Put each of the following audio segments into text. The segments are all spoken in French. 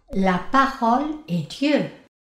La parole est Dieu.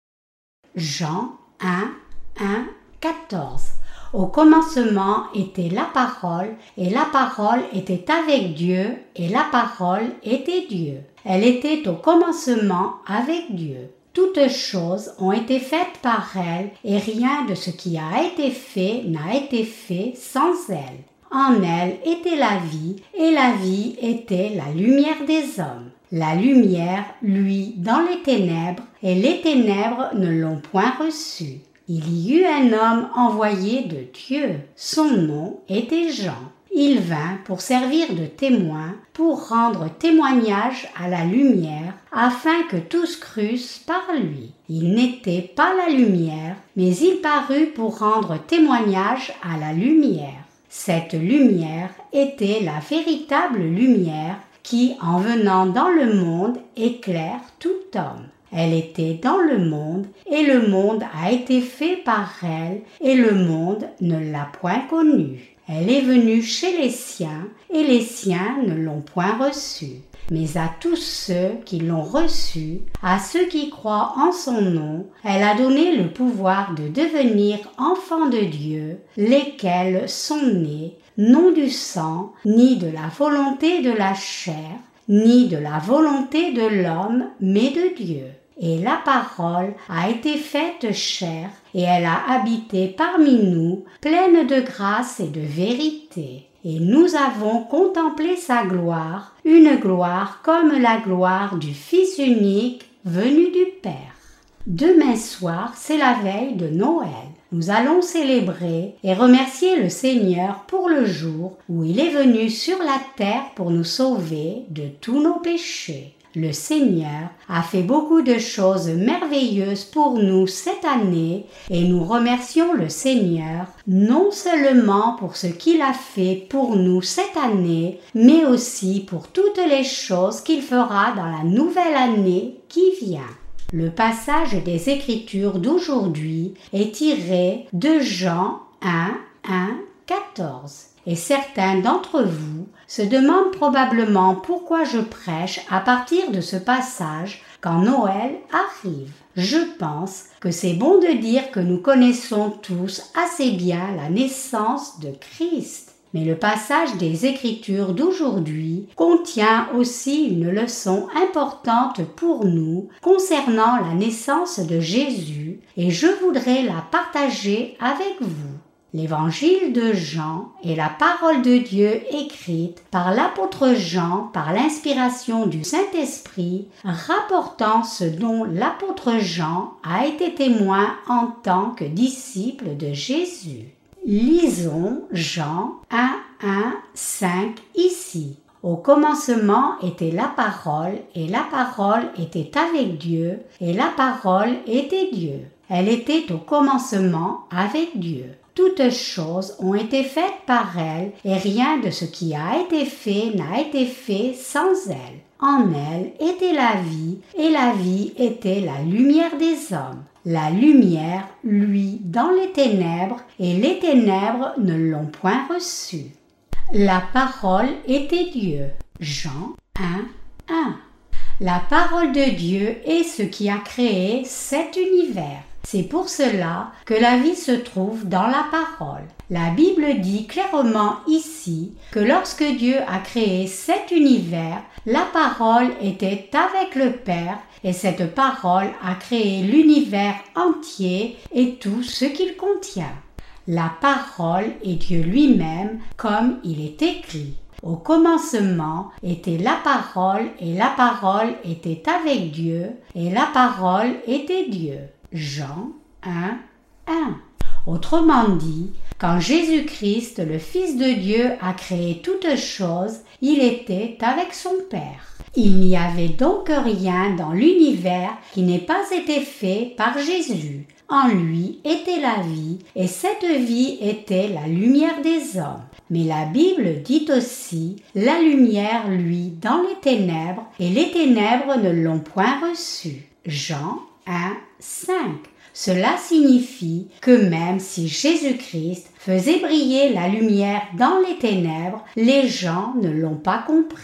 Jean 1, 1, 14. Au commencement était la parole, et la parole était avec Dieu, et la parole était Dieu. Elle était au commencement avec Dieu. Toutes choses ont été faites par elle, et rien de ce qui a été fait n'a été fait sans elle. En elle était la vie, et la vie était la lumière des hommes. La lumière, lui, dans les ténèbres, et les ténèbres ne l'ont point reçue. Il y eut un homme envoyé de Dieu. Son nom était Jean. Il vint pour servir de témoin, pour rendre témoignage à la lumière, afin que tous crussent par lui. Il n'était pas la lumière, mais il parut pour rendre témoignage à la lumière. Cette lumière était la véritable lumière qui, en venant dans le monde, éclaire tout homme. Elle était dans le monde, et le monde a été fait par elle, et le monde ne l'a point connue. Elle est venue chez les siens, et les siens ne l'ont point reçue. Mais à tous ceux qui l'ont reçue, à ceux qui croient en son nom, elle a donné le pouvoir de devenir enfants de Dieu, lesquels sont nés, non du sang, ni de la volonté de la chair, ni de la volonté de l'homme, mais de Dieu. Et la parole a été faite chair, et elle a habité parmi nous, pleine de grâce et de vérité. Et nous avons contemplé sa gloire, une gloire comme la gloire du Fils unique venu du Père. Demain soir, c'est la veille de Noël. Nous allons célébrer et remercier le Seigneur pour le jour où il est venu sur la terre pour nous sauver de tous nos péchés. Le Seigneur a fait beaucoup de choses merveilleuses pour nous cette année et nous remercions le Seigneur non seulement pour ce qu'il a fait pour nous cette année, mais aussi pour toutes les choses qu'il fera dans la nouvelle année qui vient. Le passage des Écritures d'aujourd'hui est tiré de Jean 1, 1, 14. Et certains d'entre vous se demandent probablement pourquoi je prêche à partir de ce passage quand Noël arrive. Je pense que c'est bon de dire que nous connaissons tous assez bien la naissance de Christ. Mais le passage des Écritures d'aujourd'hui contient aussi une leçon importante pour nous concernant la naissance de Jésus et je voudrais la partager avec vous. L'Évangile de Jean est la parole de Dieu écrite par l'apôtre Jean par l'inspiration du Saint-Esprit, rapportant ce dont l'apôtre Jean a été témoin en tant que disciple de Jésus. Lisons Jean 1, 1, 5 ici. Au commencement était la parole, et la parole était avec Dieu, et la parole était Dieu. Elle était au commencement avec Dieu. Toutes choses ont été faites par elle, et rien de ce qui a été fait n'a été fait sans elle. En elle était la vie, et la vie était la lumière des hommes. La lumière, lui, dans les ténèbres, et les ténèbres ne l'ont point reçue. La parole était Dieu. Jean 1, 1. La parole de Dieu est ce qui a créé cet univers. C'est pour cela que la vie se trouve dans la parole. La Bible dit clairement ici que lorsque Dieu a créé cet univers, la parole était avec le Père et cette parole a créé l'univers entier et tout ce qu'il contient. La parole est Dieu lui-même comme il est écrit. Au commencement était la parole et la parole était avec Dieu et la parole était Dieu. Jean 1, 1. Autrement dit, quand Jésus-Christ, le Fils de Dieu, a créé toutes choses, il était avec son Père. Il n'y avait donc rien dans l'univers qui n'ait pas été fait par Jésus. En lui était la vie, et cette vie était la lumière des hommes. Mais la Bible dit aussi « La lumière, lui, dans les ténèbres, et les ténèbres ne l'ont point reçue. » Jean 1, 5. Cela signifie que même si Jésus-Christ faisait briller la lumière dans les ténèbres, les gens ne l'ont pas compris.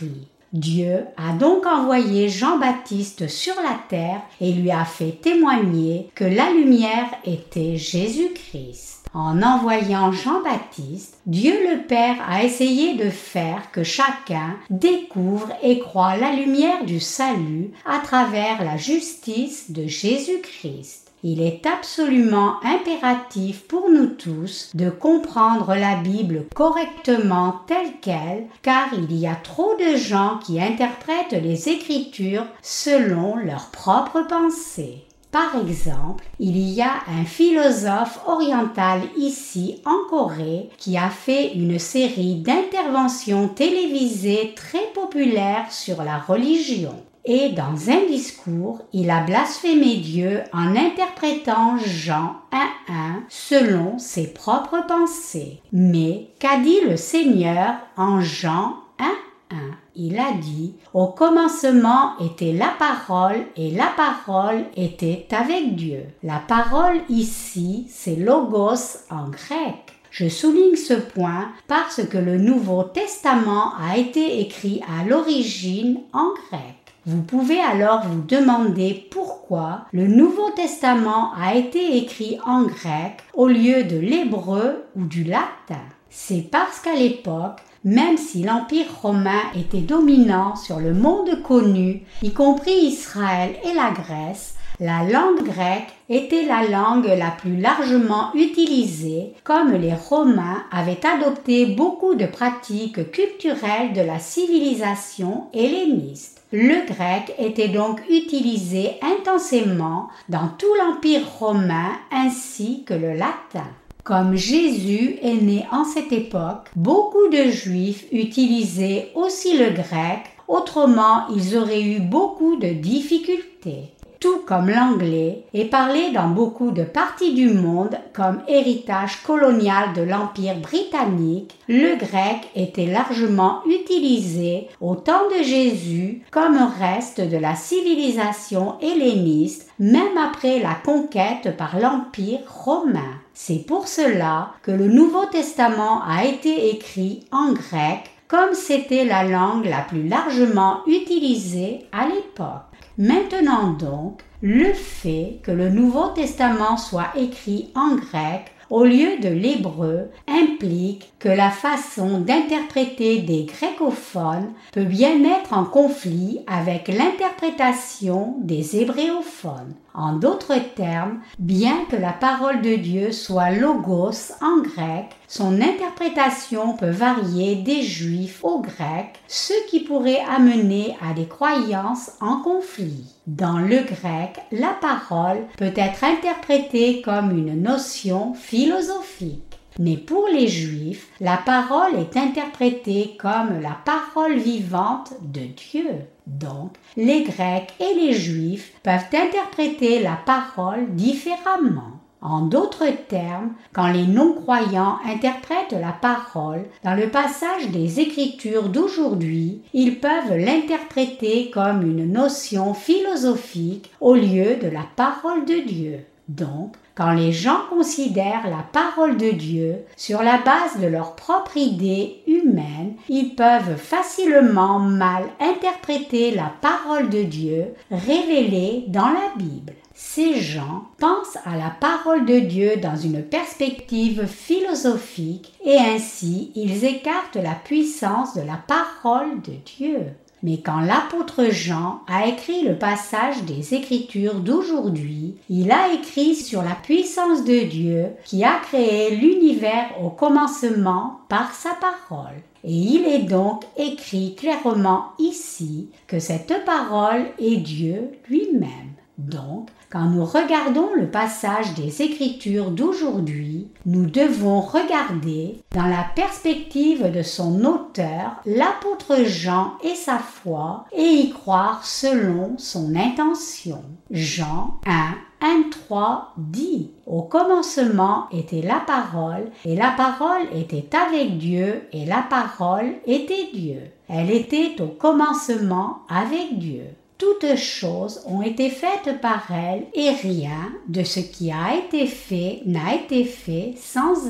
Dieu a donc envoyé Jean-Baptiste sur la terre et lui a fait témoigner que la lumière était Jésus-Christ. En envoyant Jean-Baptiste, Dieu le Père a essayé de faire que chacun découvre et croit la lumière du salut à travers la justice de Jésus-Christ. Il est absolument impératif pour nous tous de comprendre la Bible correctement telle qu'elle, car il y a trop de gens qui interprètent les Écritures selon leurs propres pensées. Par exemple, il y a un philosophe oriental ici en Corée qui a fait une série d'interventions télévisées très populaires sur la religion. Et dans un discours, il a blasphémé Dieu en interprétant Jean 1:1 selon ses propres pensées. Mais qu'a dit le Seigneur en Jean 1:1? Il a dit « Au commencement était la parole et la parole était avec Dieu ». La parole ici, c'est logos en grec. Je souligne ce point parce que le Nouveau Testament a été écrit à l'origine en grec. Vous pouvez alors vous demander pourquoi le Nouveau Testament a été écrit en grec au lieu de l'hébreu ou du latin. C'est parce qu'à l'époque, même si l'Empire romain était dominant sur le monde connu, y compris Israël et la Grèce, la langue grecque était la langue la plus largement utilisée, comme les Romains avaient adopté beaucoup de pratiques culturelles de la civilisation helléniste. Le grec était donc utilisé intensément dans tout l'Empire romain ainsi que le latin. Comme Jésus est né en cette époque, beaucoup de Juifs utilisaient aussi le grec, autrement ils auraient eu beaucoup de difficultés. Tout comme l'anglais est parlé dans beaucoup de parties du monde comme héritage colonial de l'Empire britannique, le grec était largement utilisé au temps de Jésus comme reste de la civilisation helléniste, même après la conquête par l'Empire romain. C'est pour cela que le Nouveau Testament a été écrit en grec, comme c'était la langue la plus largement utilisée à l'époque. Maintenant donc, le fait que le Nouveau Testament soit écrit en grec au lieu de l'hébreu implique que la façon d'interpréter des grécophones peut bien être en conflit avec l'interprétation des hébréophones. En d'autres termes, bien que la parole de Dieu soit logos en grec, son interprétation peut varier des juifs aux grecs, ce qui pourrait amener à des croyances en conflit. Dans le grec, la parole peut être interprétée comme une notion philosophique. Mais pour les Juifs, la parole est interprétée comme la parole vivante de Dieu. Donc, les Grecs et les Juifs peuvent interpréter la parole différemment. En d'autres termes, quand les non-croyants interprètent la parole dans le passage des Écritures d'aujourd'hui, ils peuvent l'interpréter comme une notion philosophique au lieu de la parole de Dieu. Donc, quand les gens considèrent la parole de Dieu sur la base de leur propre idée humaine, ils peuvent facilement mal interpréter la parole de Dieu révélée dans la Bible. Ces gens pensent à la parole de Dieu dans une perspective philosophique et ainsi ils écartent la puissance de la parole de Dieu. Mais quand l'apôtre Jean a écrit le passage des Écritures d'aujourd'hui, il a écrit sur la puissance de Dieu qui a créé l'univers au commencement par sa parole. Et il est donc écrit clairement ici que cette parole est Dieu lui-même. Donc, quand nous regardons le passage des Écritures d'aujourd'hui, nous devons regarder dans la perspective de son auteur, l'apôtre Jean et sa foi, et y croire selon son intention. Jean 1:3 dit « Au commencement était la parole, et la parole était avec Dieu, et la parole était Dieu. Elle était au commencement avec Dieu. » Toutes choses ont été faites par elle et rien de ce qui a été fait n'a été fait sans elle.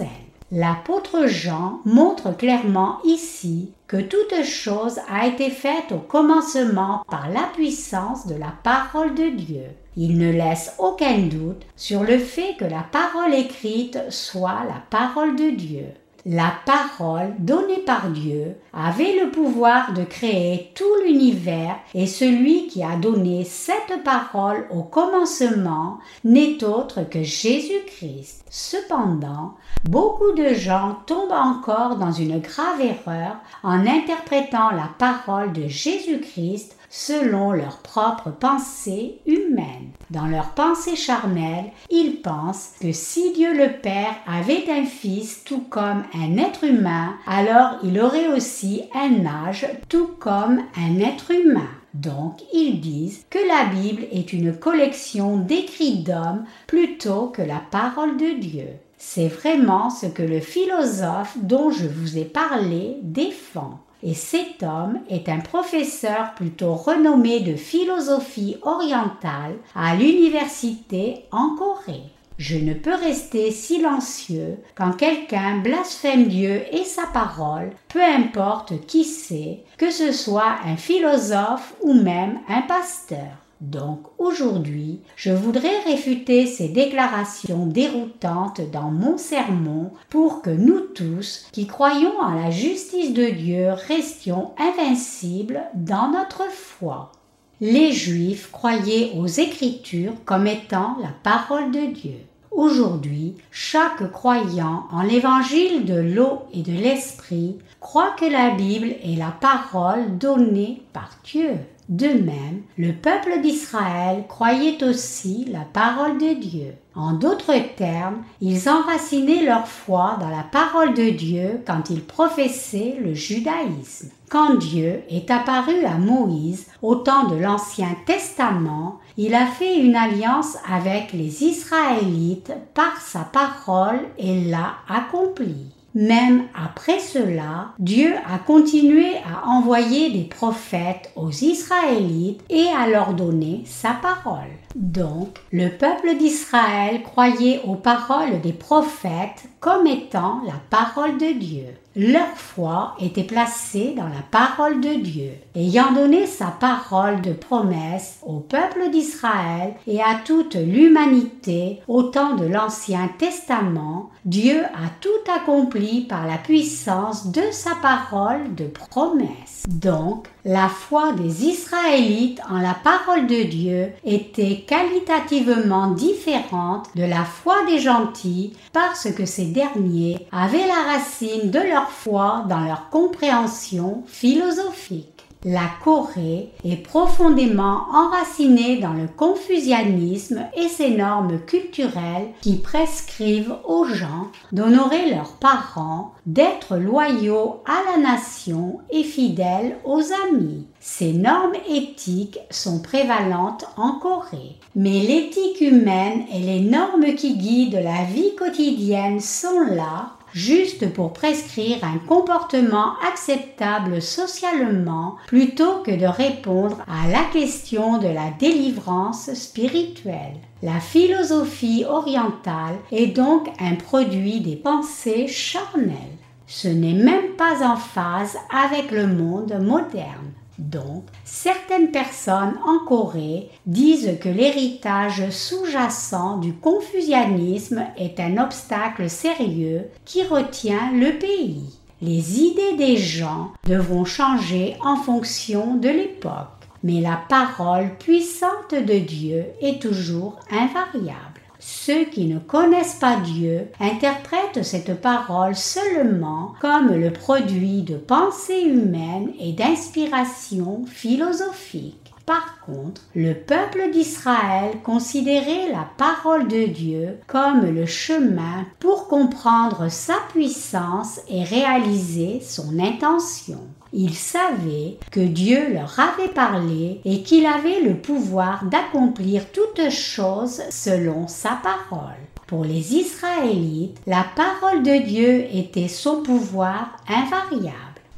L'apôtre Jean montre clairement ici que toute chose a été faite au commencement par la puissance de la parole de Dieu. Il ne laisse aucun doute sur le fait que la parole écrite soit la parole de Dieu. La parole donnée par Dieu avait le pouvoir de créer tout l'univers et celui qui a donné cette parole au commencement n'est autre que Jésus-Christ. Cependant, beaucoup de gens tombent encore dans une grave erreur en interprétant la parole de Jésus-Christ selon leurs propres pensées humaines. Dans leur pensée charnelle, ils pensent que si Dieu le Père avait un fils tout comme un être humain, alors il aurait aussi un âge tout comme un être humain. Donc, ils disent que la Bible est une collection d'écrits d'hommes plutôt que la parole de Dieu. C'est vraiment ce que le philosophe dont je vous ai parlé défend. Et cet homme est un professeur plutôt renommé de philosophie orientale à l'université en Corée. Je ne peux rester silencieux quand quelqu'un blasphème Dieu et sa parole, peu importe qui c'est, que ce soit un philosophe ou même un pasteur. Donc aujourd'hui, je voudrais réfuter ces déclarations déroutantes dans mon sermon pour que nous tous, qui croyons en la justice de Dieu, restions invincibles dans notre foi. Les Juifs croyaient aux Écritures comme étant la parole de Dieu. Aujourd'hui, chaque croyant en l'évangile de l'eau et de l'esprit croit que la Bible est la parole donnée par Dieu. De même, le peuple d'Israël croyait aussi la parole de Dieu. En d'autres termes, ils enracinaient leur foi dans la parole de Dieu quand ils professaient le judaïsme. Quand Dieu est apparu à Moïse au temps de l'Ancien Testament, il a fait une alliance avec les Israélites par sa parole et l'a accomplie. Même après cela, Dieu a continué à envoyer des prophètes aux Israélites et à leur donner sa parole. Donc, le peuple d'Israël croyait aux paroles des prophètes comme étant la parole de Dieu. Leur foi était placée dans la parole de Dieu. Ayant donné sa parole de promesse au peuple d'Israël et à toute l'humanité au temps de l'Ancien Testament, Dieu a tout accompli par la puissance de sa parole de promesse. Donc, la foi des Israélites en la parole de Dieu était qualitativement différente de la foi des gentils parce que ces derniers avaient la racine de leur foi dans leur compréhension philosophique. La Corée est profondément enracinée dans le confucianisme et ses normes culturelles qui prescrivent aux gens d'honorer leurs parents, d'être loyaux à la nation et fidèles aux amis. Ces normes éthiques sont prévalentes en Corée. Mais l'éthique humaine et les normes qui guident la vie quotidienne sont là juste pour prescrire un comportement acceptable socialement plutôt que de répondre à la question de la délivrance spirituelle. La philosophie orientale est donc un produit des pensées charnelles. Ce n'est même pas en phase avec le monde moderne. Donc, certaines personnes en Corée disent que l'héritage sous-jacent du confucianisme est un obstacle sérieux qui retient le pays. Les idées des gens devront changer en fonction de l'époque, mais la parole puissante de Dieu est toujours invariable. Ceux qui ne connaissent pas Dieu interprètent cette parole seulement comme le produit de pensées humaines et d'inspiration philosophique. Par contre, le peuple d'Israël considérait la parole de Dieu comme le chemin pour comprendre sa puissance et réaliser son intention. Ils savaient que Dieu leur avait parlé et qu'il avait le pouvoir d'accomplir toutes choses selon sa parole. Pour les Israélites, la parole de Dieu était son pouvoir invariable.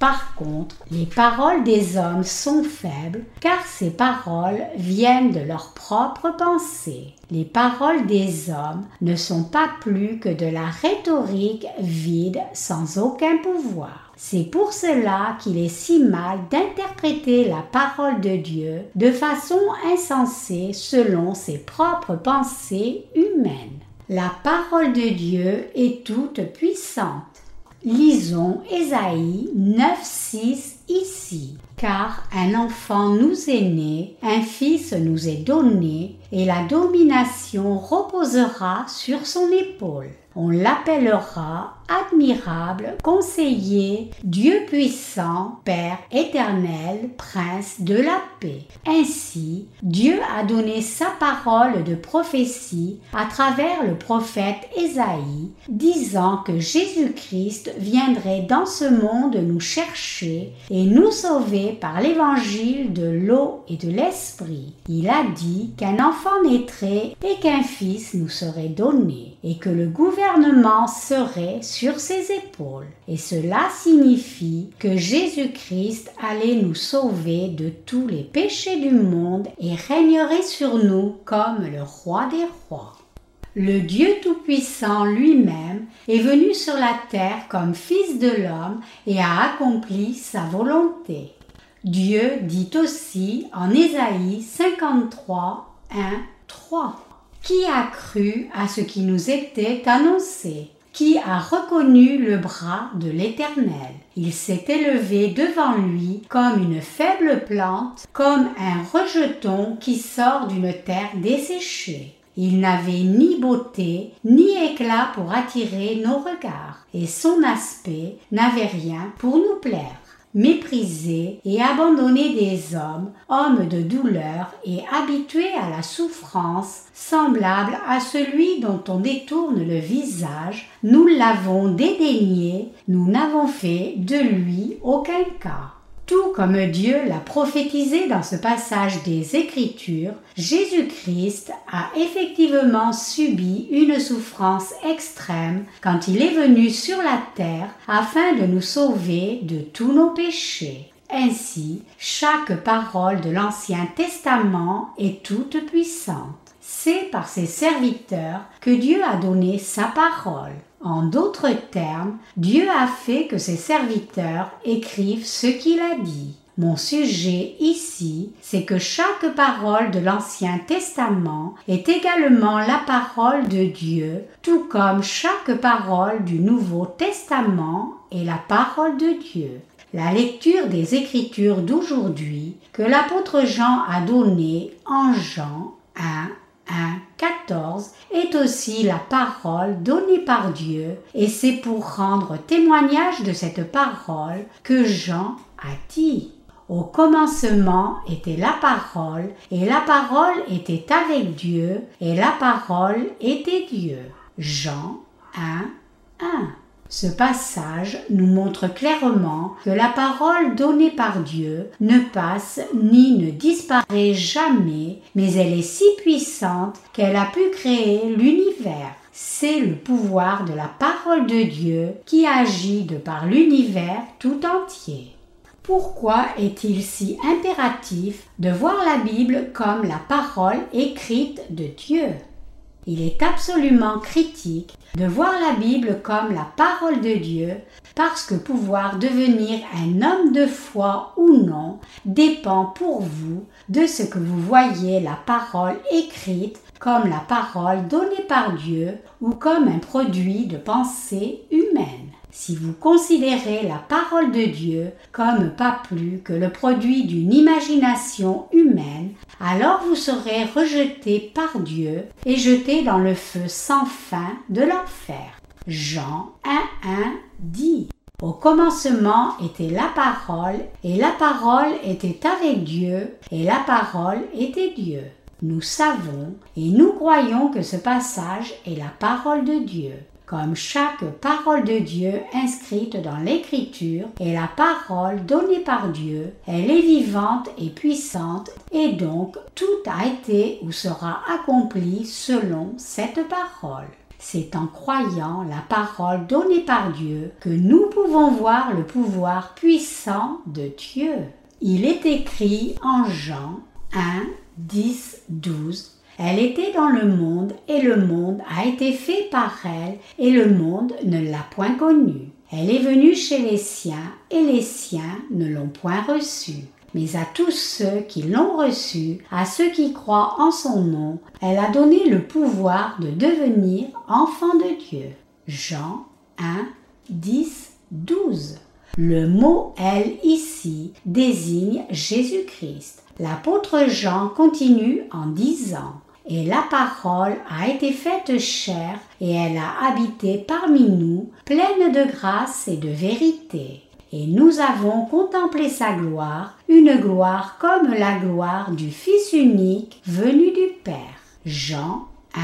Par contre, les paroles des hommes sont faibles, car ces paroles viennent de leurs propres pensées. Les paroles des hommes ne sont pas plus que de la rhétorique vide sans aucun pouvoir. C'est pour cela qu'il est si mal d'interpréter la parole de Dieu de façon insensée selon ses propres pensées humaines. La parole de Dieu est toute puissante. Lisons Ésaïe 9,6 ici. Car un enfant nous est né, un fils nous est donné, et la domination reposera sur son épaule. On l'appellera admirable, conseiller, Dieu puissant, Père éternel, Prince de la paix. Ainsi, Dieu a donné sa parole de prophétie à travers le prophète Ésaïe, disant que Jésus-Christ viendrait dans ce monde nous chercher et nous sauver par l'évangile de l'eau et de l'esprit. Il a dit qu'un enfant naîtrait et qu'un fils nous serait donné, et que le gouvernement serait sur ses épaules. Et cela signifie que Jésus-Christ allait nous sauver de tous les péchés du monde et régnerait sur nous comme le roi des rois. Le Dieu Tout-Puissant lui-même est venu sur la terre comme Fils de l'homme et a accompli sa volonté. Dieu dit aussi en Ésaïe 53, 1, 3. Qui a cru à ce qui nous était annoncé? Qui a reconnu le bras de l'Éternel? Il s'est élevé devant lui comme une faible plante, comme un rejeton qui sort d'une terre desséchée. Il n'avait ni beauté, ni éclat pour attirer nos regards, et son aspect n'avait rien pour nous plaire. Méprisé et abandonné des hommes, homme de douleur et habitué à la souffrance, semblable à celui dont on détourne le visage, nous l'avons dédaigné, nous n'avons fait de lui aucun cas. Tout comme Dieu l'a prophétisé dans ce passage des Écritures, Jésus-Christ a effectivement subi une souffrance extrême quand il est venu sur la terre afin de nous sauver de tous nos péchés. Ainsi, chaque parole de l'Ancien Testament est toute puissante. C'est par ses serviteurs que Dieu a donné sa parole. En d'autres termes, Dieu a fait que ses serviteurs écrivent ce qu'il a dit. Mon sujet ici, c'est que chaque parole de l'Ancien Testament est également la parole de Dieu, tout comme chaque parole du Nouveau Testament est la parole de Dieu. La lecture des Écritures d'aujourd'hui que l'apôtre Jean a donnée en Jean 1:14 est aussi la parole donnée par Dieu et c'est pour rendre témoignage de cette parole que Jean a dit. Au commencement était la parole et la parole était avec Dieu et la parole était Dieu. Jean 1:1. Ce passage nous montre clairement que la parole donnée par Dieu ne passe ni ne disparaît jamais, mais elle est si puissante qu'elle a pu créer l'univers. C'est le pouvoir de la parole de Dieu qui agit de par l'univers tout entier. Pourquoi est-il si impératif de voir la Bible comme la parole écrite de Dieu ? Il est absolument critique de voir la Bible comme la parole de Dieu parce que pouvoir devenir un homme de foi ou non dépend pour vous de ce que vous voyez la parole écrite comme la parole donnée par Dieu ou comme un produit de pensée humaine. Si vous considérez la parole de Dieu comme pas plus que le produit d'une imagination humaine, alors vous serez rejeté par Dieu et jeté dans le feu sans fin de l'enfer. Jean 1:1 dit « Au commencement était la parole, et la parole était avec Dieu, et la parole était Dieu. » Nous savons et nous croyons que ce passage est la parole de Dieu. Comme chaque parole de Dieu inscrite dans l'Écriture est la parole donnée par Dieu, elle est vivante et puissante et donc tout a été ou sera accompli selon cette parole. C'est en croyant la parole donnée par Dieu que nous pouvons voir le pouvoir puissant de Dieu. Il est écrit en Jean 1, 10, 12. Elle était dans le monde et le monde a été fait par elle et le monde ne l'a point connue. Elle est venue chez les siens et les siens ne l'ont point reçue. Mais à tous ceux qui l'ont reçue, à ceux qui croient en son nom, elle a donné le pouvoir de devenir enfants de Dieu. Jean 1, 10, 12. Le mot « elle » ici désigne Jésus-Christ. L'apôtre Jean continue en disant « Et la parole a été faite chair et elle a habité parmi nous, pleine de grâce et de vérité. Et nous avons contemplé sa gloire, une gloire comme la gloire du Fils unique venu du Père. » Jean 1,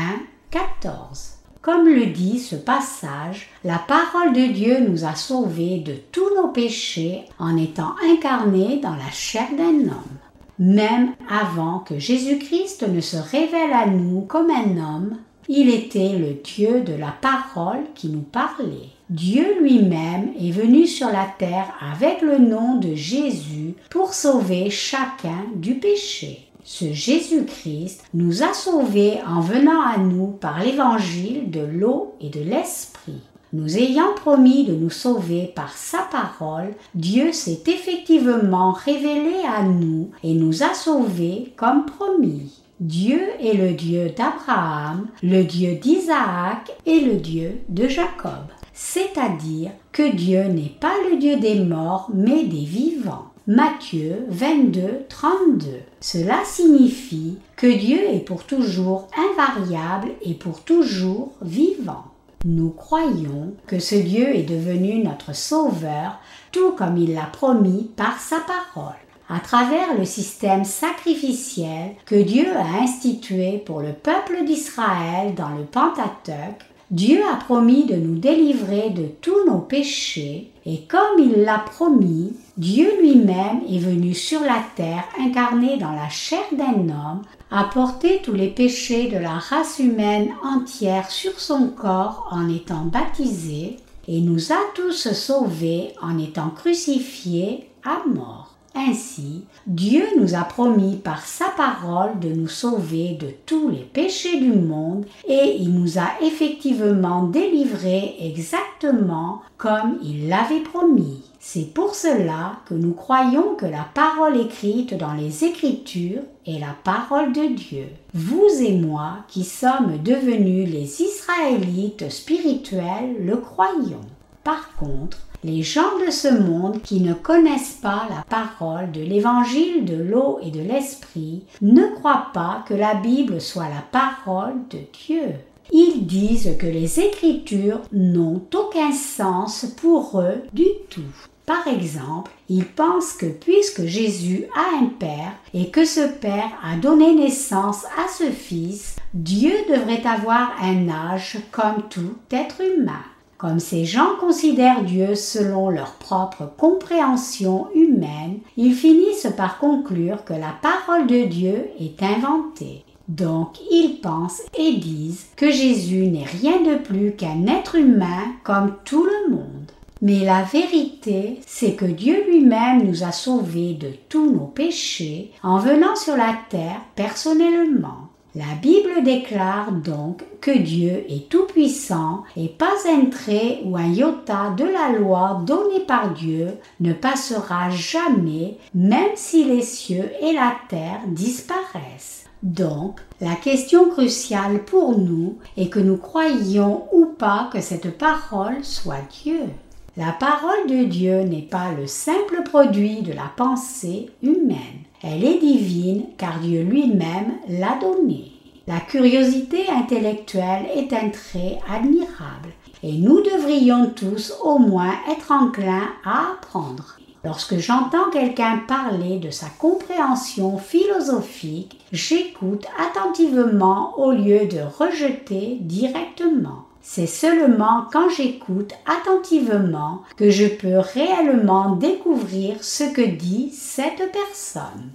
14. Comme le dit ce passage, la parole de Dieu nous a sauvés de tous nos péchés en étant incarnée dans la chair d'un homme. Même avant que Jésus-Christ ne se révèle à nous comme un homme, il était le Dieu de la parole qui nous parlait. Dieu lui-même est venu sur la terre avec le nom de Jésus pour sauver chacun du péché. Ce Jésus-Christ nous a sauvés en venant à nous par l'évangile de l'eau et de l'esprit. Nous ayant promis de nous sauver par sa parole, Dieu s'est effectivement révélé à nous et nous a sauvés comme promis. Dieu est le Dieu d'Abraham, le Dieu d'Isaac et le Dieu de Jacob. C'est-à-dire que Dieu n'est pas le Dieu des morts mais des vivants. Matthieu 22, 32. Cela signifie que Dieu est pour toujours invariable et pour toujours vivant. Nous croyons que ce Dieu est devenu notre Sauveur, tout comme il l'a promis par sa parole. À travers le système sacrificiel que Dieu a institué pour le peuple d'Israël dans le Pentateuque, Dieu a promis de nous délivrer de tous nos péchés et comme il l'a promis, Dieu lui-même est venu sur la terre incarné dans la chair d'un homme, a porté tous les péchés de la race humaine entière sur son corps en étant baptisé et nous a tous sauvés en étant crucifiés à mort. Ainsi, Dieu nous a promis par sa parole de nous sauver de tous les péchés du monde et il nous a effectivement délivrés exactement comme il l'avait promis. C'est pour cela que nous croyons que la parole écrite dans les Écritures est la parole de Dieu. Vous et moi, qui sommes devenus les Israélites spirituels, le croyons. Par contre, les gens de ce monde qui ne connaissent pas la parole de l'évangile de l'eau et de l'esprit ne croient pas que la Bible soit la parole de Dieu. Ils disent que les Écritures n'ont aucun sens pour eux du tout. Par exemple, ils pensent que puisque Jésus a un père et que ce père a donné naissance à ce fils, Dieu devrait avoir un âge comme tout être humain. Comme ces gens considèrent Dieu selon leur propre compréhension humaine, ils finissent par conclure que la parole de Dieu est inventée. Donc, ils pensent et disent que Jésus n'est rien de plus qu'un être humain comme tout le monde. Mais la vérité, c'est que Dieu lui-même nous a sauvés de tous nos péchés en venant sur la terre personnellement. La Bible déclare donc que Dieu est tout-puissant et pas un trait ou un iota de la loi donnée par Dieu ne passera jamais, même si les cieux et la terre disparaissent. Donc, la question cruciale pour nous est que nous croyions ou pas que cette parole soit Dieu. La parole de Dieu n'est pas le simple produit de la pensée humaine. Elle est divine car Dieu lui-même l'a donnée. La curiosité intellectuelle est un trait admirable et nous devrions tous au moins être enclins à apprendre. Lorsque j'entends quelqu'un parler de sa compréhension philosophique, j'écoute attentivement au lieu de rejeter directement. C'est seulement quand j'écoute attentivement que je peux réellement découvrir ce que dit cette personne.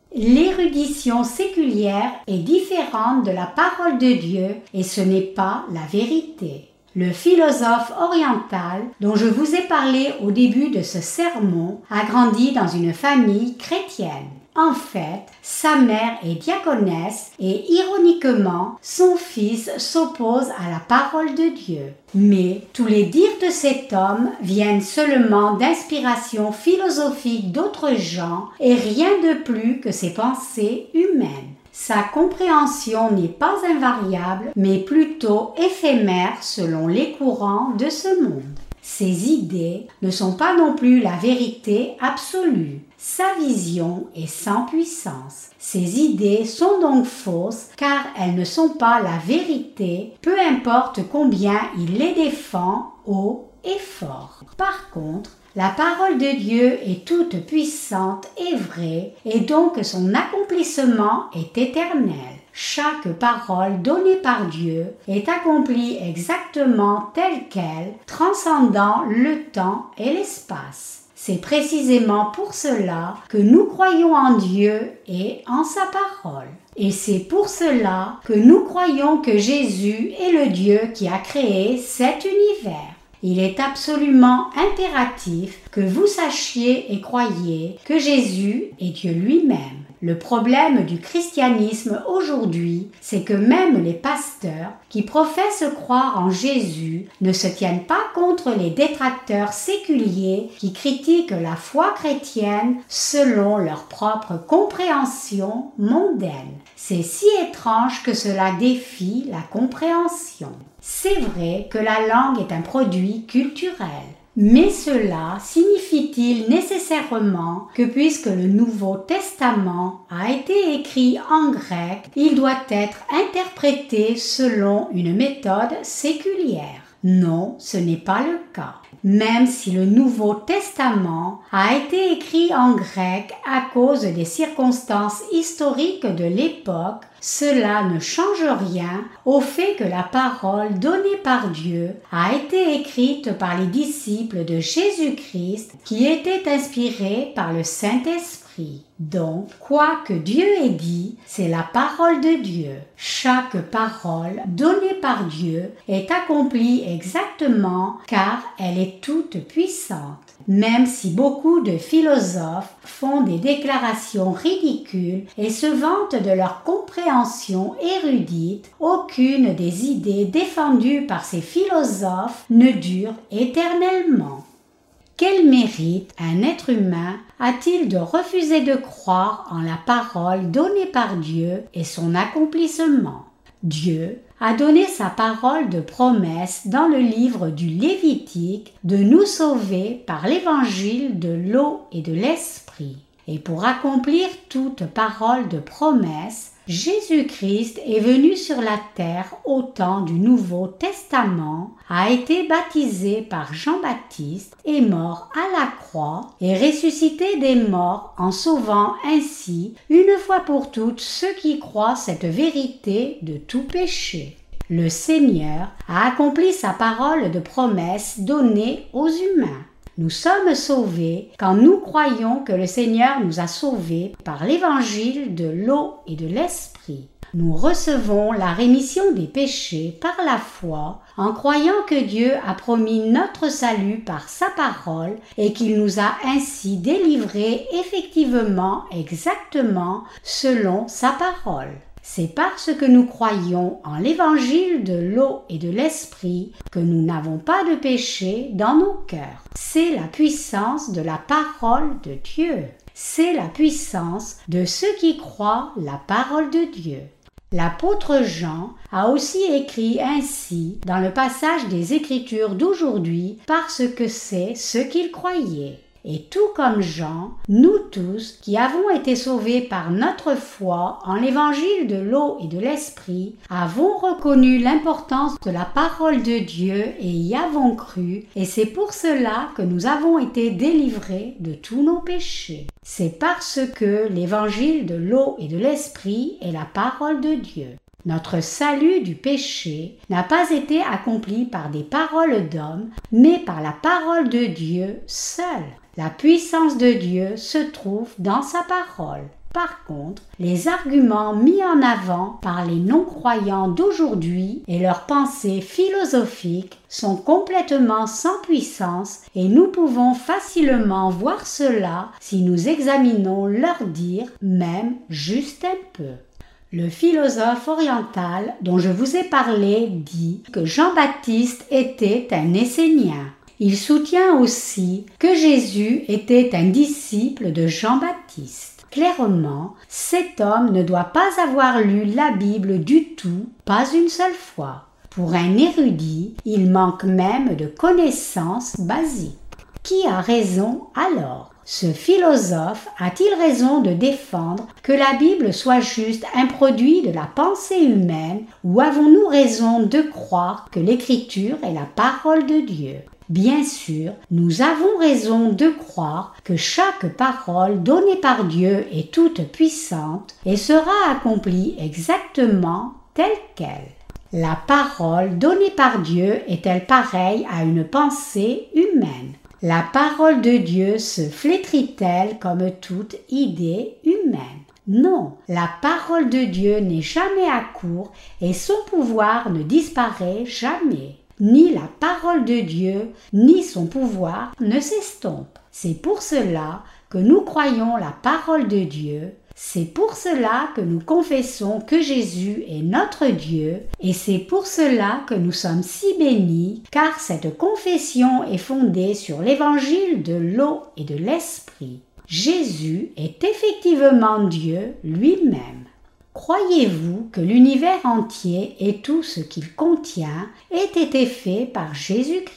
L'érudition séculière est différente de la parole de Dieu et ce n'est pas la vérité. Le philosophe oriental dont je vous ai parlé au début de ce sermon a grandi dans une famille chrétienne. En fait, sa mère est diaconesse et ironiquement, son fils s'oppose à la parole de Dieu. Mais tous les dires de cet homme viennent seulement d'inspiration philosophique d'autres gens et rien de plus que ses pensées humaines. Sa compréhension n'est pas invariable, mais plutôt éphémère selon les courants de ce monde. Ses idées ne sont pas non plus la vérité absolue. Sa vision est sans puissance. Ses idées sont donc fausses car elles ne sont pas la vérité, peu importe combien il les défend haut et fort. Par contre, la parole de Dieu est toute puissante et vraie et donc son accomplissement est éternel. Chaque parole donnée par Dieu est accomplie exactement telle qu'elle, transcendant le temps et l'espace. C'est précisément pour cela que nous croyons en Dieu et en sa parole. Et c'est pour cela que nous croyons que Jésus est le Dieu qui a créé cet univers. Il est absolument impératif que vous sachiez et croyiez que Jésus est Dieu lui-même. Le problème du christianisme aujourd'hui, c'est que même les pasteurs qui professent croire en Jésus ne se tiennent pas contre les détracteurs séculiers qui critiquent la foi chrétienne selon leur propre compréhension mondaine. C'est si étrange que cela défie la compréhension. C'est vrai que la langue est un produit culturel. Mais cela signifie-t-il nécessairement que puisque le Nouveau Testament a été écrit en grec, il doit être interprété selon une méthode séculière? Non, ce n'est pas le cas. Même si le Nouveau Testament a été écrit en grec à cause des circonstances historiques de l'époque, cela ne change rien au fait que la parole donnée par Dieu a été écrite par les disciples de Jésus-Christ qui étaient inspirés par le Saint-Esprit. Donc, quoi que Dieu ait dit, c'est la parole de Dieu. Chaque parole donnée par Dieu est accomplie exactement car elle est toute puissante. Même si beaucoup de philosophes font des déclarations ridicules et se vantent de leur compréhension érudite, aucune des idées défendues par ces philosophes ne dure éternellement. Quel mérite un être humain a-t-il de refuser de croire en la parole donnée par Dieu et son accomplissement? Dieu a donné sa parole de promesse dans le livre du Lévitique de nous sauver par l'évangile de l'eau et de l'esprit. Et pour accomplir toute parole de promesse, Jésus-Christ est venu sur la terre au temps du Nouveau Testament, a été baptisé par Jean-Baptiste, est mort à la croix et ressuscité des morts en sauvant ainsi une fois pour toutes ceux qui croient cette vérité de tout péché. Le Seigneur a accompli sa parole de promesse donnée aux humains. Nous sommes sauvés quand nous croyons que le Seigneur nous a sauvés par l'évangile de l'eau et de l'esprit. Nous recevons la rémission des péchés par la foi en croyant que Dieu a promis notre salut par sa parole et qu'il nous a ainsi délivrés effectivement exactement selon sa parole. C'est parce que nous croyons en l'évangile de l'eau et de l'esprit que nous n'avons pas de péché dans nos cœurs. C'est la puissance de la parole de Dieu. C'est la puissance de ceux qui croient la parole de Dieu. L'apôtre Jean a aussi écrit ainsi dans le passage des Écritures d'aujourd'hui parce que c'est ce qu'il croyait. Et tout comme Jean, nous tous qui avons été sauvés par notre foi en l'évangile de l'eau et de l'esprit, avons reconnu l'importance de la parole de Dieu et y avons cru, et c'est pour cela que nous avons été délivrés de tous nos péchés. C'est parce que l'évangile de l'eau et de l'esprit est la parole de Dieu. Notre salut du péché n'a pas été accompli par des paroles d'hommes, mais par la parole de Dieu seule. La puissance de Dieu se trouve dans sa parole. Par contre, les arguments mis en avant par les non-croyants d'aujourd'hui et leurs pensées philosophiques sont complètement sans puissance et nous pouvons facilement voir cela si nous examinons leurs dires, même juste un peu. Le philosophe oriental dont je vous ai parlé dit que Jean-Baptiste était un Essénien. Il soutient aussi que Jésus était un disciple de Jean-Baptiste. Clairement, cet homme ne doit pas avoir lu la Bible du tout, pas une seule fois. Pour un érudit, il manque même de connaissances basiques. Qui a raison alors ? Ce philosophe a-t-il raison de défendre que la Bible soit juste un produit de la pensée humaine ou avons-nous raison de croire que l'Écriture est la parole de Dieu ? Bien sûr, nous avons raison de croire que chaque parole donnée par Dieu est toute puissante et sera accomplie exactement telle qu'elle. La parole donnée par Dieu est-elle pareille à une pensée humaine ? La parole de Dieu se flétrit-elle comme toute idée humaine ? Non, la parole de Dieu n'est jamais à court et son pouvoir ne disparaît jamais. Ni la parole de Dieu, ni son pouvoir ne s'estompent. C'est pour cela que nous croyons la parole de Dieu, c'est pour cela que nous confessons que Jésus est notre Dieu, et c'est pour cela que nous sommes si bénis, car cette confession est fondée sur l'évangile de l'eau et de l'esprit. Jésus est effectivement Dieu lui-même. Croyez-vous que l'univers entier et tout ce qu'il contient ait été fait par Jésus-Christ ?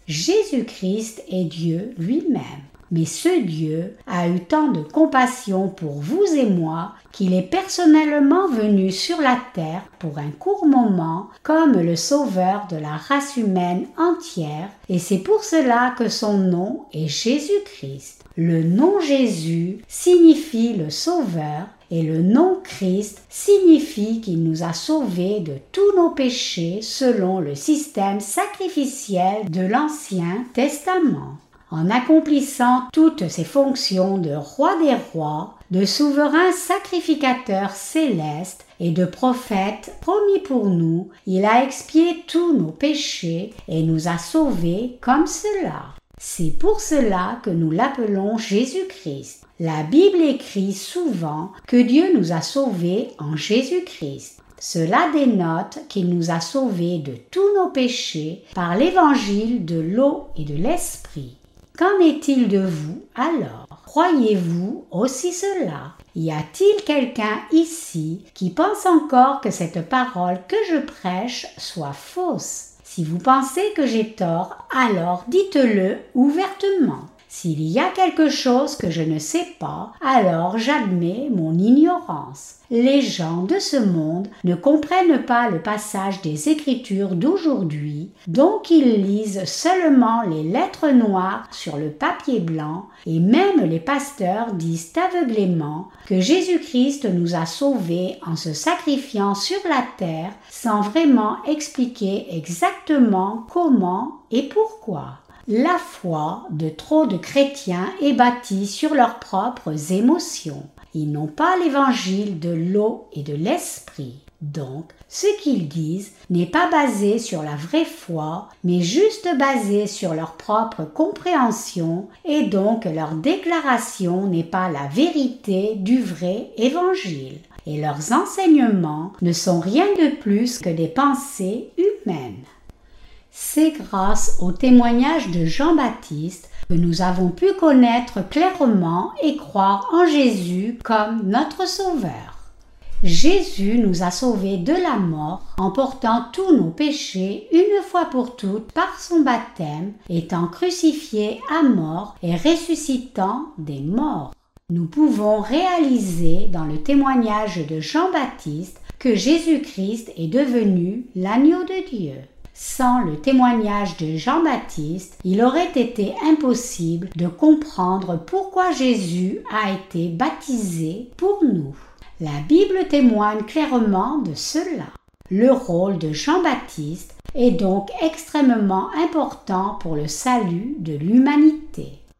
Jésus-Christ est Dieu lui-même. Mais ce Dieu a eu tant de compassion pour vous et moi qu'il est personnellement venu sur la terre pour un court moment comme le sauveur de la race humaine entière et c'est pour cela que son nom est Jésus-Christ. Le nom Jésus signifie le sauveur et le nom Christ signifie qu'il nous a sauvés de tous nos péchés selon le système sacrificiel de l'Ancien Testament. En accomplissant toutes ses fonctions de roi des rois, de souverain sacrificateur céleste et de prophète promis pour nous, il a expié tous nos péchés et nous a sauvés comme cela. C'est pour cela que nous l'appelons Jésus-Christ. La Bible écrit souvent que Dieu nous a sauvés en Jésus-Christ. Cela dénote qu'il nous a sauvés de tous nos péchés par l'évangile de l'eau et de l'esprit. Qu'en est-il de vous alors ? Croyez-vous aussi cela ? Y a-t-il quelqu'un ici qui pense encore que cette parole que je prêche soit fausse ? Si vous pensez que j'ai tort, alors dites-le ouvertement. S'il y a quelque chose que je ne sais pas, alors j'admets mon ignorance. Les gens de ce monde ne comprennent pas le passage des Écritures d'aujourd'hui, donc ils lisent seulement les lettres noires sur le papier blanc, et même les pasteurs disent aveuglément que Jésus-Christ nous a sauvés en se sacrifiant sur la terre sans vraiment expliquer exactement comment et pourquoi. La foi de trop de chrétiens est bâtie sur leurs propres émotions. Ils n'ont pas l'évangile de l'eau et de l'esprit. Donc, ce qu'ils disent n'est pas basé sur la vraie foi, mais juste basé sur leur propre compréhension, et donc leur déclaration n'est pas la vérité du vrai évangile. Et leurs enseignements ne sont rien de plus que des pensées humaines. C'est grâce au témoignage de Jean-Baptiste que nous avons pu connaître clairement et croire en Jésus comme notre Sauveur. Jésus nous a sauvés de la mort en portant tous nos péchés une fois pour toutes par son baptême, étant crucifié à mort et ressuscitant des morts. Nous pouvons réaliser dans le témoignage de Jean-Baptiste que Jésus-Christ est devenu l'agneau de Dieu. Sans le témoignage de Jean-Baptiste, il aurait été impossible de comprendre pourquoi Jésus a été baptisé pour nous. La Bible témoigne clairement de cela. Le rôle de Jean-Baptiste est donc extrêmement important pour le salut de l'humanité.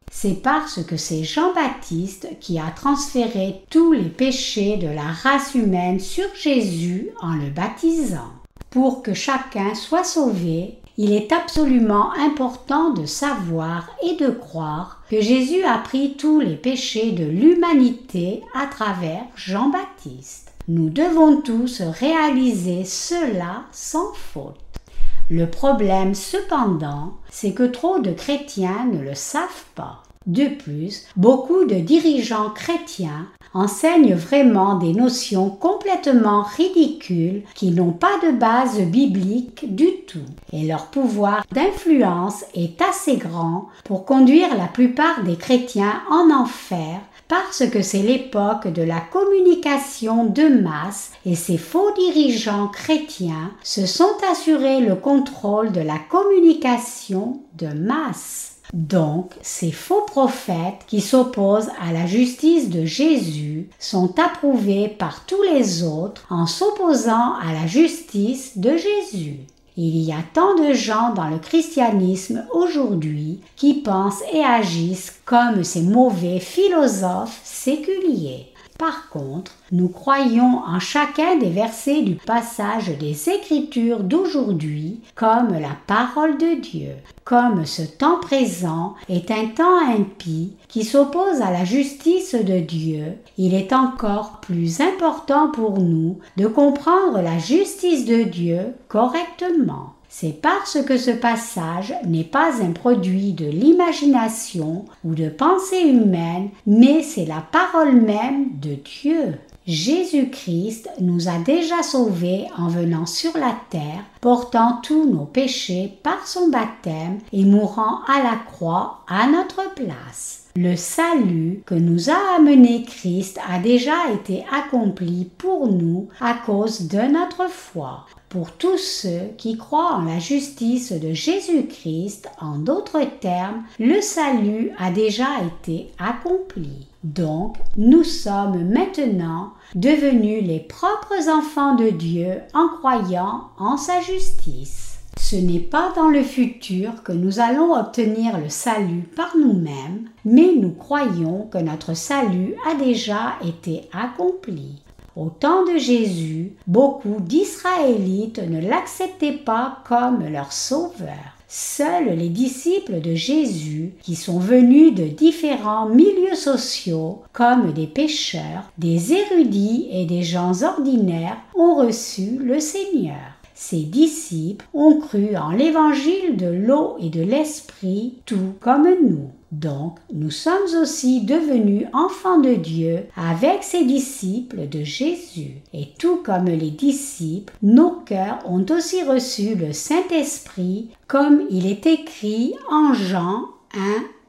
C'est parce que c'est Jean-Baptiste qui a transféré tous les péchés de la race humaine sur Jésus en le baptisant. Pour que chacun soit sauvé, il est absolument important de savoir et de croire que Jésus a pris tous les péchés de l'humanité à travers Jean-Baptiste. Nous devons tous réaliser cela sans faute. Le problème cependant, c'est que trop de chrétiens ne le savent pas. De plus, beaucoup de dirigeants chrétiens enseignent vraiment des notions complètement ridicules qui n'ont pas de base biblique du tout. Et leur pouvoir d'influence est assez grand pour conduire la plupart des chrétiens en enfer parce que c'est l'époque de la communication de masse et ces faux dirigeants chrétiens se sont assurés le contrôle de la communication de masse. Donc, ces faux prophètes qui s'opposent à la justice de Jésus sont approuvés par tous les autres en s'opposant à la justice de Jésus. Il y a tant de gens dans le christianisme aujourd'hui qui pensent et agissent comme ces mauvais philosophes séculiers. Par contre, nous croyons en chacun des versets du passage des Écritures d'aujourd'hui comme la parole de Dieu. Comme ce temps présent est un temps impie qui s'oppose à la justice de Dieu, il est encore plus important pour nous de comprendre la justice de Dieu correctement. C'est parce que ce passage n'est pas un produit de l'imagination ou de pensée humaine, mais c'est la parole même de Dieu. Jésus-Christ nous a déjà sauvés en venant sur la terre, portant tous nos péchés par son baptême et mourant à la croix à notre place. Le salut que nous a amené Christ a déjà été accompli pour nous à cause de notre foi. Pour tous ceux qui croient en la justice de Jésus-Christ, en d'autres termes, le salut a déjà été accompli. Donc, nous sommes maintenant devenus les propres enfants de Dieu en croyant en sa justice. Ce n'est pas dans le futur que nous allons obtenir le salut par nous-mêmes, mais nous croyons que notre salut a déjà été accompli. Au temps de Jésus, beaucoup d'Israélites ne l'acceptaient pas comme leur sauveur. Seuls les disciples de Jésus, qui sont venus de différents milieux sociaux, comme des pêcheurs, des érudits et des gens ordinaires, ont reçu le Seigneur. Ces disciples ont cru en l'évangile de l'eau et de l'esprit, tout comme nous. Donc, nous sommes aussi devenus enfants de Dieu avec ces disciples de Jésus. Et tout comme les disciples, nos cœurs ont aussi reçu le Saint-Esprit, comme il est écrit en Jean 1,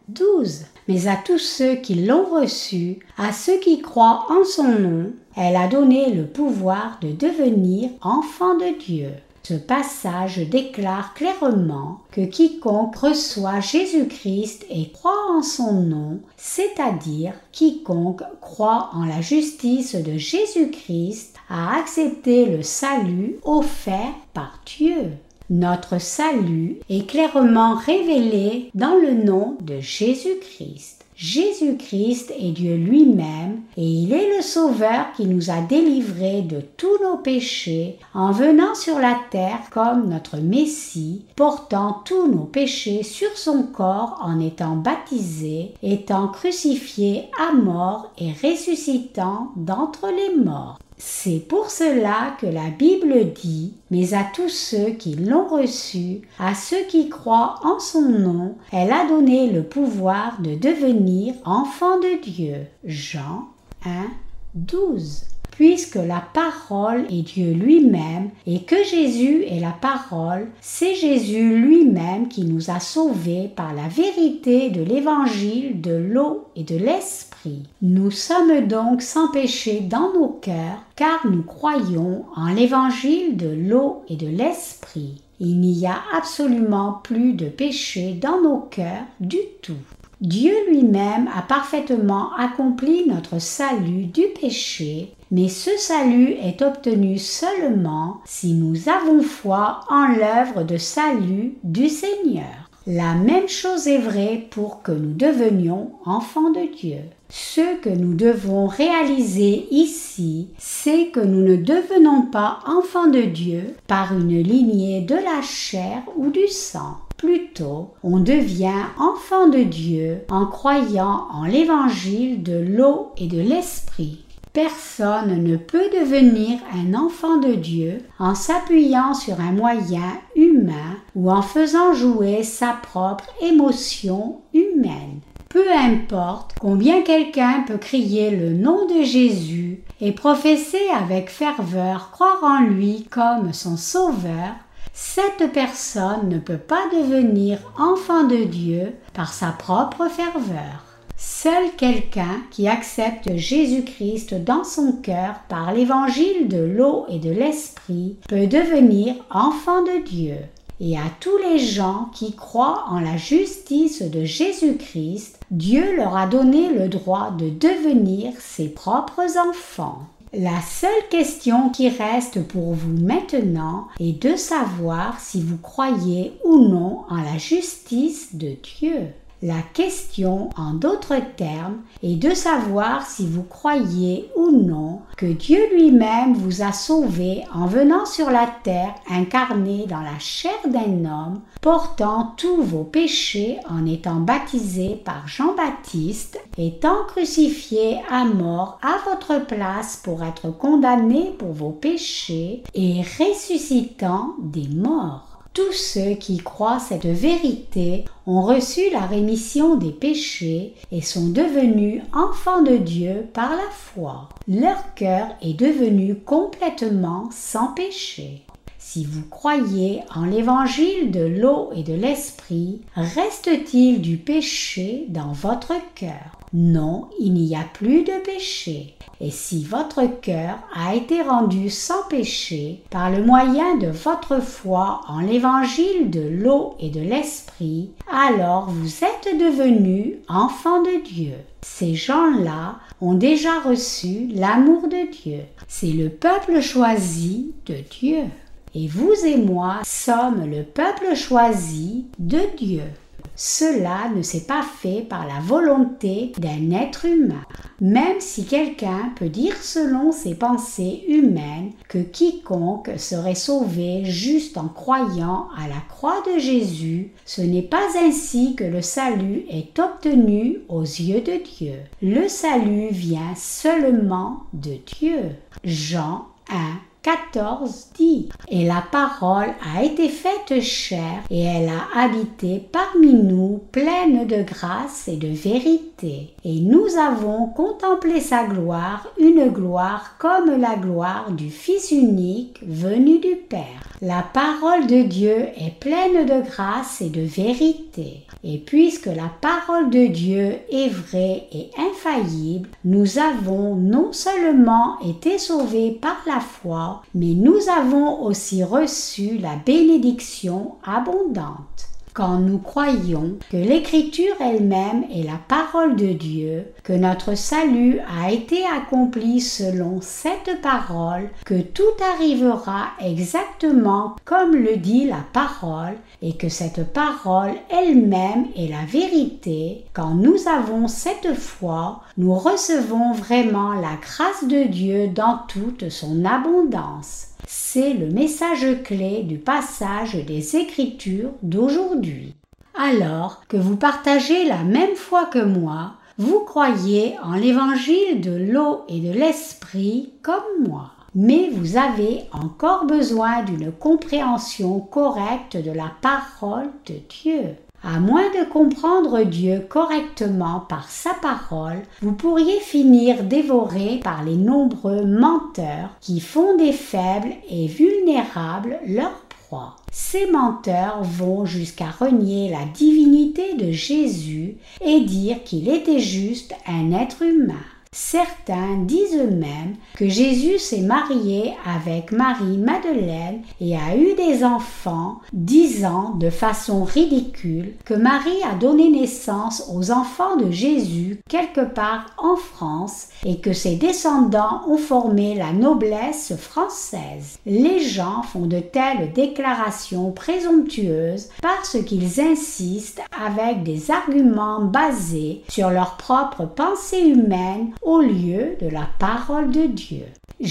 12. Mais à tous ceux qui l'ont reçu, à ceux qui croient en son nom, elle a donné le pouvoir de devenir enfants de Dieu. Ce passage déclare clairement que quiconque reçoit Jésus-Christ et croit en son nom, c'est-à-dire quiconque croit en la justice de Jésus-Christ, a accepté le salut offert par Dieu. Notre salut est clairement révélé dans le nom de Jésus-Christ. Jésus-Christ est Dieu lui-même et il est le Sauveur qui nous a délivrés de tous nos péchés en venant sur la terre comme notre Messie, portant tous nos péchés sur son corps en étant baptisé, étant crucifié à mort et ressuscitant d'entre les morts. C'est pour cela que la Bible dit « Mais à tous ceux qui l'ont reçu, à ceux qui croient en son nom, elle a donné le pouvoir de devenir enfants de Dieu. » Jean 1, 12. Puisque la parole est Dieu lui-même et que Jésus est la parole, c'est Jésus lui-même qui nous a sauvés par la vérité de l'évangile de l'eau et de l'esprit. Nous sommes donc sans péché dans nos cœurs car nous croyons en l'évangile de l'eau et de l'esprit. Il n'y a absolument plus de péché dans nos cœurs du tout. Dieu lui-même a parfaitement accompli notre salut du péché, mais ce salut est obtenu seulement si nous avons foi en l'œuvre de salut du Seigneur. La même chose est vraie pour que nous devenions enfants de Dieu. Ce que nous devons réaliser ici, c'est que nous ne devenons pas enfants de Dieu par une lignée de la chair ou du sang. Plutôt, on devient enfant de Dieu en croyant en l'évangile de l'eau et de l'esprit. Personne ne peut devenir un enfant de Dieu en s'appuyant sur un moyen humain ou en faisant jouer sa propre émotion humaine. Peu importe combien quelqu'un peut crier le nom de Jésus et professer avec ferveur croire en lui comme son sauveur, cette personne ne peut pas devenir enfant de Dieu par sa propre ferveur. Seul quelqu'un qui accepte Jésus-Christ dans son cœur par l'évangile de l'eau et de l'esprit peut devenir enfant de Dieu. Et à tous les gens qui croient en la justice de Jésus-Christ, Dieu leur a donné le droit de devenir ses propres enfants. La seule question qui reste pour vous maintenant est de savoir si vous croyez ou non en la justice de Dieu. La question, en d'autres termes, est de savoir si vous croyez ou non que Dieu lui-même vous a sauvé en venant sur la terre incarné dans la chair d'un homme, portant tous vos péchés en étant baptisé par Jean-Baptiste, étant crucifié à mort à votre place pour être condamné pour vos péchés et ressuscitant des morts. Tous ceux qui croient cette vérité ont reçu la rémission des péchés et sont devenus enfants de Dieu par la foi. Leur cœur est devenu complètement sans péché. Si vous croyez en l'évangile de l'eau et de l'esprit, reste-t-il du péché dans votre cœur? Non, il n'y a plus de péché. Et si votre cœur a été rendu sans péché par le moyen de votre foi en l'évangile de l'eau et de l'esprit, alors vous êtes devenus enfants de Dieu. Ces gens-là ont déjà reçu l'amour de Dieu. C'est le peuple choisi de Dieu. Et vous et moi sommes le peuple choisi de Dieu. Cela ne s'est pas fait par la volonté d'un être humain, même si quelqu'un peut dire selon ses pensées humaines que quiconque serait sauvé juste en croyant à la croix de Jésus, ce n'est pas ainsi que le salut est obtenu aux yeux de Dieu. Le salut vient seulement de Dieu. Jean 1. 14 dit « Et la parole a été faite chair, et elle a habité parmi nous, pleine de grâce et de vérité. Et nous avons contemplé sa gloire, une gloire comme la gloire du Fils unique venu du Père. La parole de Dieu est pleine de grâce et de vérité. Et puisque la parole de Dieu est vraie et infaillible, nous avons non seulement été sauvés par la foi, mais nous avons aussi reçu la bénédiction abondante. Quand nous croyons que l'Écriture elle-même est la parole de Dieu, que notre salut a été accompli selon cette parole, que tout arrivera exactement comme le dit la parole, et que cette parole elle-même est la vérité, quand nous avons cette foi, nous recevons vraiment la grâce de Dieu dans toute son abondance. C'est le message clé du passage des Écritures d'aujourd'hui. Alors que vous partagez la même foi que moi, vous croyez en l'évangile de l'eau et de l'esprit comme moi. Mais vous avez encore besoin d'une compréhension correcte de la parole de Dieu. À moins de comprendre Dieu correctement par sa parole, vous pourriez finir dévoré par les nombreux menteurs qui font des faibles et vulnérables leur proie. Ces menteurs vont jusqu'à renier la divinité de Jésus et dire qu'il était juste un être humain. Certains disent eux-mêmes que Jésus s'est marié avec Marie-Madeleine et a eu des enfants, disant de façon ridicule que Marie a donné naissance aux enfants de Jésus quelque part en France et que ses descendants ont formé la noblesse française. Les gens font de telles déclarations présomptueuses parce qu'ils insistent avec des arguments basés sur leur propre pensée humaine au lieu de la parole de Dieu.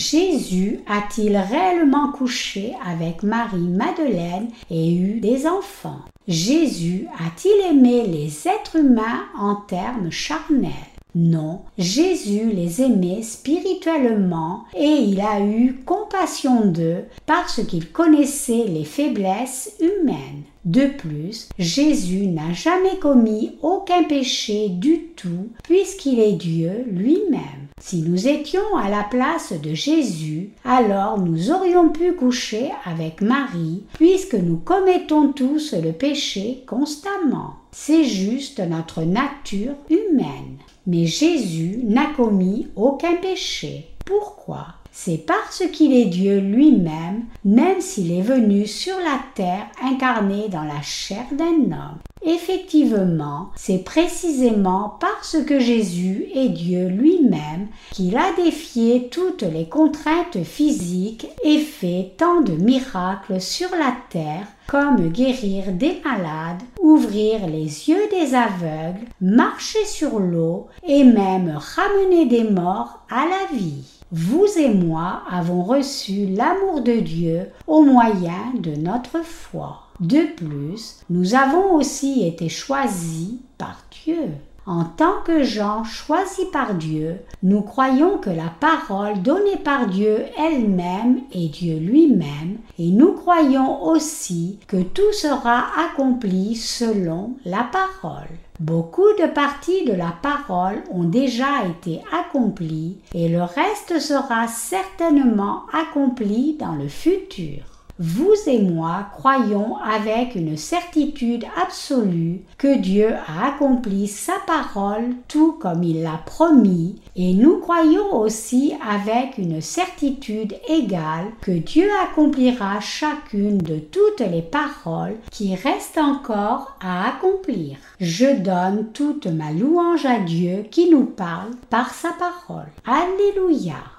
Jésus a-t-il réellement couché avec Marie-Madeleine et eu des enfants? Jésus a-t-il aimé les êtres humains en termes charnels? Non, Jésus les aimait spirituellement et il a eu compassion d'eux parce qu'il connaissait les faiblesses humaines. De plus, Jésus n'a jamais commis aucun péché du tout puisqu'il est Dieu lui-même. Si nous étions à la place de Jésus, alors nous aurions pu coucher avec Marie puisque nous commettons tous le péché constamment. C'est juste notre nature humaine. Mais Jésus n'a commis aucun péché. Pourquoi? C'est parce qu'il est Dieu lui-même, même s'il est venu sur la terre incarné dans la chair d'un homme. Effectivement, c'est précisément parce que Jésus est Dieu lui-même qu'il a défié toutes les contraintes physiques et fait tant de miracles sur la terre comme guérir des malades, ouvrir les yeux des aveugles, marcher sur l'eau et même ramener des morts à la vie. Vous et moi avons reçu l'amour de Dieu au moyen de notre foi. De plus, nous avons aussi été choisis par Dieu. En tant que gens choisis par Dieu, nous croyons que la parole donnée par Dieu elle-même est Dieu lui-même et nous croyons aussi que tout sera accompli selon la parole. Beaucoup de parties de la parole ont déjà été accomplies et le reste sera certainement accompli dans le futur. Vous et moi croyons avec une certitude absolue que Dieu a accompli sa parole tout comme il l'a promis et nous croyons aussi avec une certitude égale que Dieu accomplira chacune de toutes les paroles qui restent encore à accomplir. Je donne toute ma louange à Dieu qui nous parle par sa parole. Alléluia!